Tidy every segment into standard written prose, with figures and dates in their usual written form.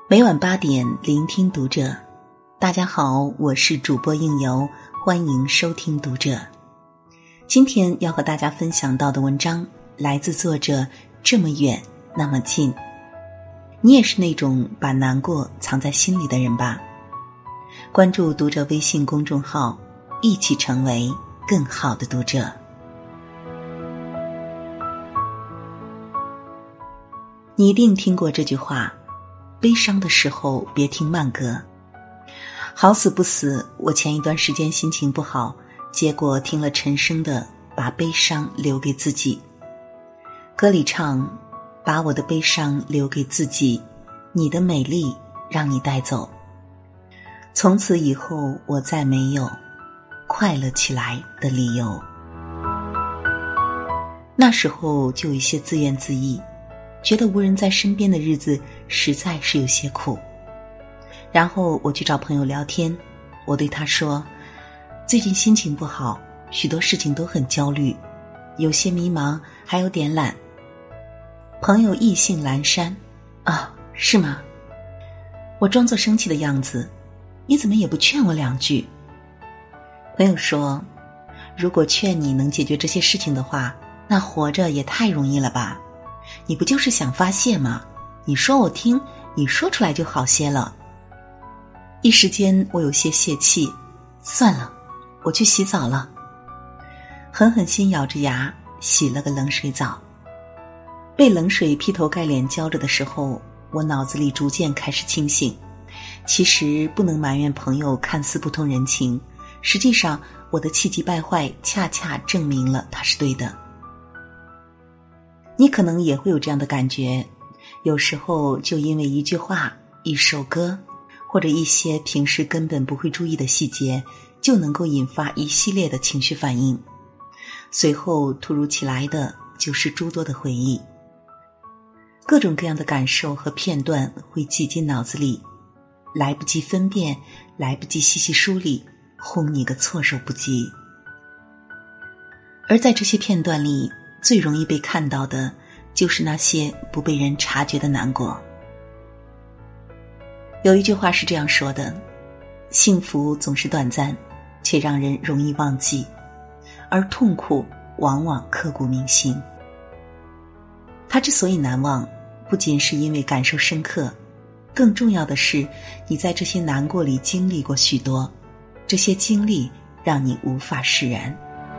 每晚8点，聆听读者。大家好，我是主播应由，欢迎收听读者。今天要和大家分享到的文章来自作者这么远那么近。你也是那种把难过藏在心里的人吧？关注读者微信公众号，一起成为更好的读者。你一定听过这句话，悲伤的时候别听慢歌。好死不死，我前一段时间心情不好，结果听了陈升的《把悲伤留给自己》。歌里唱，把我的悲伤留给自己，你的美丽让你带走。从此以后，我再没有快乐起来的理由。那时候就有一些自怨自艾，觉得无人在身边的日子实在是有些苦。然后我去找朋友聊天，我对他说，最近心情不好，许多事情都很焦虑，有些迷茫，还有点懒。朋友意兴阑珊，啊，是吗？我装作生气的样子，你怎么也不劝我两句？朋友说，如果劝你能解决这些事情的话，那活着也太容易了吧？你不就是想发泄吗？你说我听，你说出来就好些了。一时间我有些泄气，算了，我去洗澡了。狠狠心咬着牙洗了个冷水澡。被冷水劈头盖脸浇着的时候，我脑子里逐渐开始清醒。其实不能埋怨朋友看似不通人情，实际上我的气急败坏恰恰证明了他是对的。你可能也会有这样的感觉，有时候就因为一句话、一首歌，或者一些平时根本不会注意的细节，就能够引发一系列的情绪反应，随后突如其来的就是诸多的回忆。各种各样的感受和片段会挤进脑子里，来不及分辨，来不及细细梳理，轰你个措手不及。而在这些片段里，最容易被看到的就是那些不被人察觉的难过。有一句话是这样说的，幸福总是短暂，却让人容易忘记，而痛苦往往刻骨铭心。它之所以难忘，不仅是因为感受深刻，更重要的是你在这些难过里经历过许多，这些经历让你无法释然。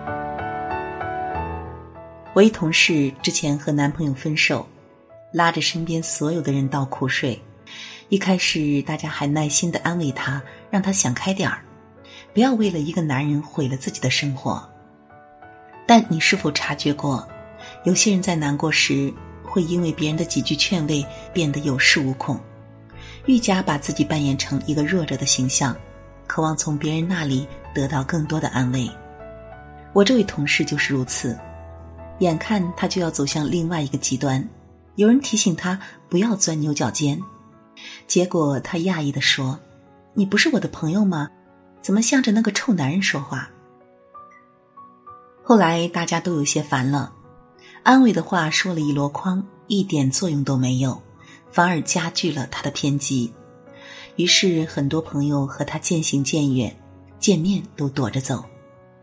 我一同事之前和男朋友分手，拉着身边所有的人倒苦水。一开始大家还耐心地安慰他，让他想开点儿，不要为了一个男人毁了自己的生活。但你是否察觉过，有些人在难过时会因为别人的几句劝慰变得有恃无恐，愈加把自己扮演成一个弱者的形象，渴望从别人那里得到更多的安慰。我这位同事就是如此，眼看他就要走向另外一个极端，有人提醒他不要钻牛角尖，结果他讶异地说，你不是我的朋友吗？怎么向着那个臭男人说话？后来大家都有些烦了，安慰的话说了一箩筐，一点作用都没有，反而加剧了他的偏激。于是很多朋友和他渐行渐远，见面都躲着走。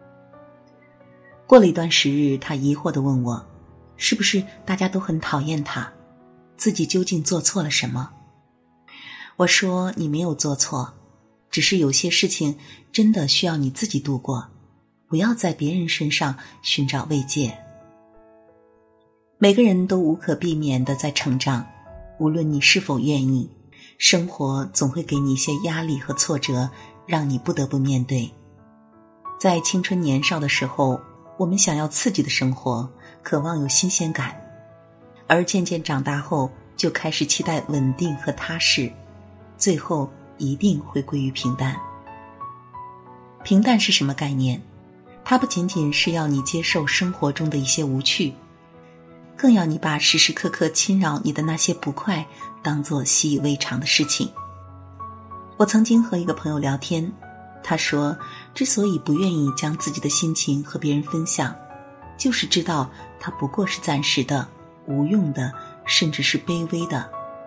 过了一段时日，他疑惑地问我，是不是大家都很讨厌他？自己究竟做错了什么？我说，你没有做错，只是有些事情真的需要你自己度过，不要在别人身上寻找慰藉。每个人都无可避免地在成长，无论你是否愿意，生活总会给你一些压力和挫折，让你不得不面对。在青春年少的时候，我们想要刺激的生活，渴望有新鲜感，而渐渐长大后，就开始期待稳定和踏实，最后一定会归于平淡。平淡是什么概念？它不仅仅是要你接受生活中的一些无趣，更要你把时时刻刻侵扰你的那些不快当作习以为常的事情。我曾经和一个朋友聊天，他说之所以不愿意将自己的心情和别人分享，就是知道它不过是暂时的、无用的，甚至是卑微的。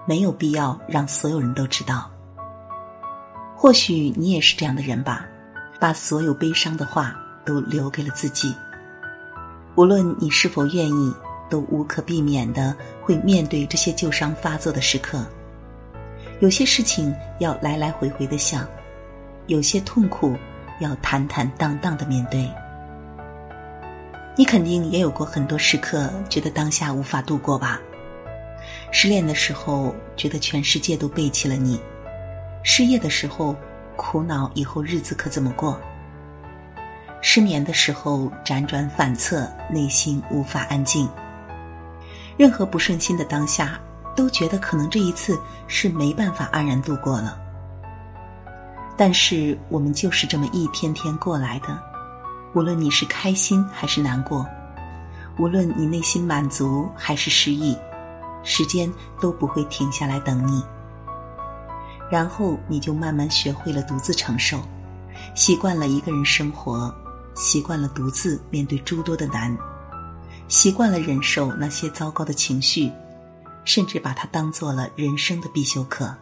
没有必要让所有人都知道。或许你也是这样的人吧，把所有悲伤的话都留给了自己。无论你是否愿意，都无可避免地会面对这些旧伤发作的时刻。有些事情要来来回回地想，有些痛苦要坦坦荡荡地面对。你肯定也有过很多时刻觉得当下无法度过吧。失恋的时候觉得全世界都背弃了你，失业的时候苦恼以后日子可怎么过，失眠的时候辗转反侧，内心无法安静。任何不顺心的当下都觉得可能这一次是没办法安然度过了。但是我们就是这么一天天过来的，无论你是开心还是难过，无论你内心满足还是失意，时间都不会停下来等你。然后你就慢慢学会了独自承受，习惯了一个人生活，习惯了独自面对诸多的难，习惯了忍受那些糟糕的情绪，甚至把它当作了人生的必修课。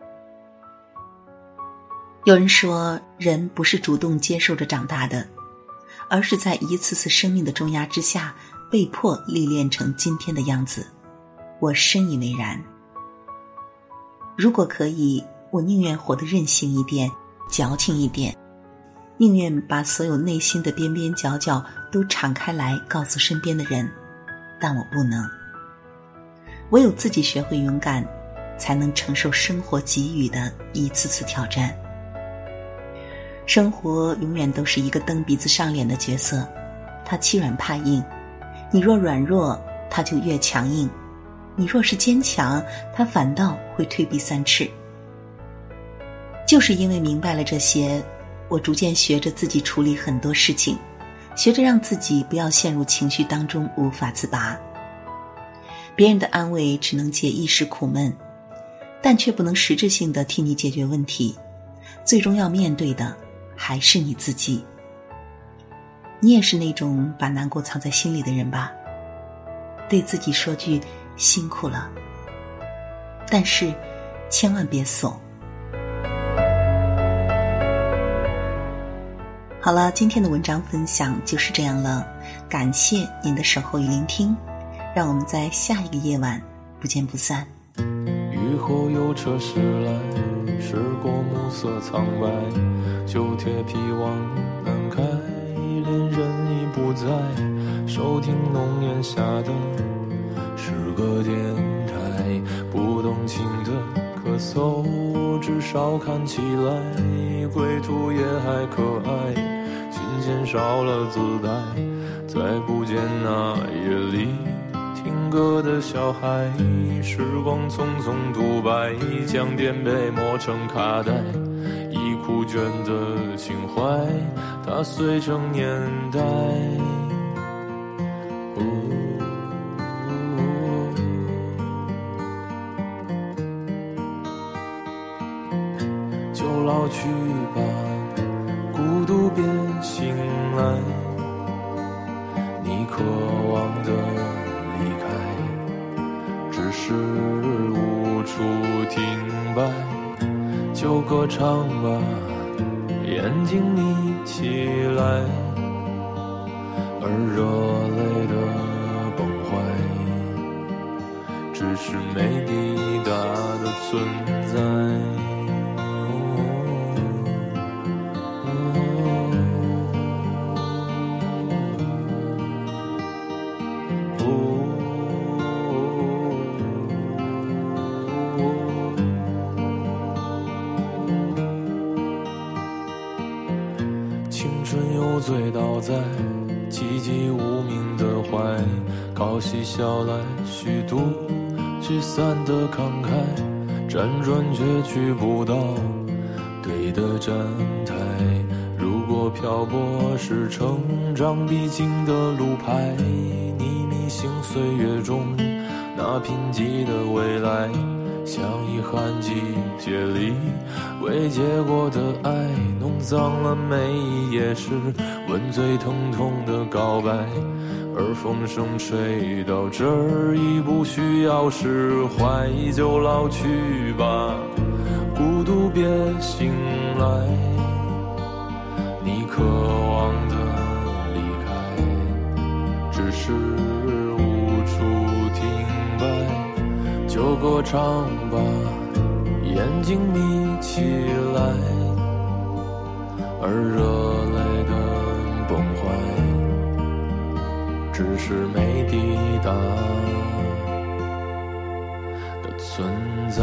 有人说，人不是主动接受着长大的，而是在一次次生命的重压之下，被迫历练成今天的样子。我深以为然。如果可以，我宁愿活得任性一点，矫情一点，宁愿把所有内心的边边角角都敞开来告诉身边的人，但我不能。唯有自己学会勇敢，才能承受生活给予的一次次挑战。生活永远都是一个蹬鼻子上脸的角色，它欺软怕硬，你若软弱，它就越强硬；你若是坚强，它反倒会退避三尺。就是因为明白了这些，我逐渐学着自己处理很多事情，学着让自己不要陷入情绪当中无法自拔。别人的安慰只能解一时苦闷，但却不能实质性地替你解决问题，最终要面对的还是你自己。你也是那种把难过藏在心里的人吧？对自己说句辛苦了，但是千万别怂。好了，今天的文章分享就是这样了，感谢您的守候与聆听，让我们在下一个夜晚不见不散。 雨后有车驶来，驶过暮色苍白，旧铁皮往南开，恋人已不在，收听浓烟下的是个电台，不动情的咳嗽，至少看起来归途也还可爱，琴弦少了姿态，再不见那夜里听歌的小孩，时光匆匆独白，将颠沛磨成卡带，已枯卷的情怀，它碎成年代。就老去吧，孤独别醒来，你渴望的离开，只是无处停摆。就歌唱吧，眼睛眯起来，而热泪的崩坏，只是没抵达的存在。青春有醉倒在寂寂无名的怀，靠嬉笑来虚度聚散的慷慨，辗转却去不到对的站台。如果漂泊是成长必经的路牌，你迷信岁月中那贫瘠的未来， 像遗憾季节里未结果的爱，弄脏了每一页是吻最疼痛的告白。而风声吹到这儿已不需要释怀，就老去吧，孤独别醒来，你渴望的离开只是无处停摆，就歌唱吧，眼睛眯起来，而热泪的崩坏只是没抵达的存在。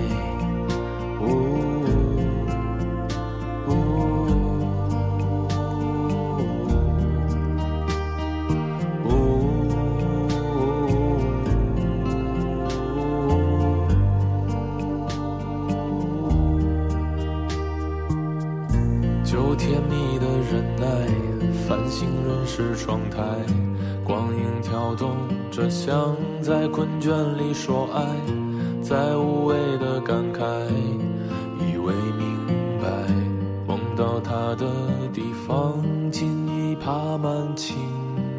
就甜蜜的忍耐，繁星润湿窗台，光影跳动着像在困倦里说爱，在无谓的感慨，以为明白，梦到他的地方尽已爬满青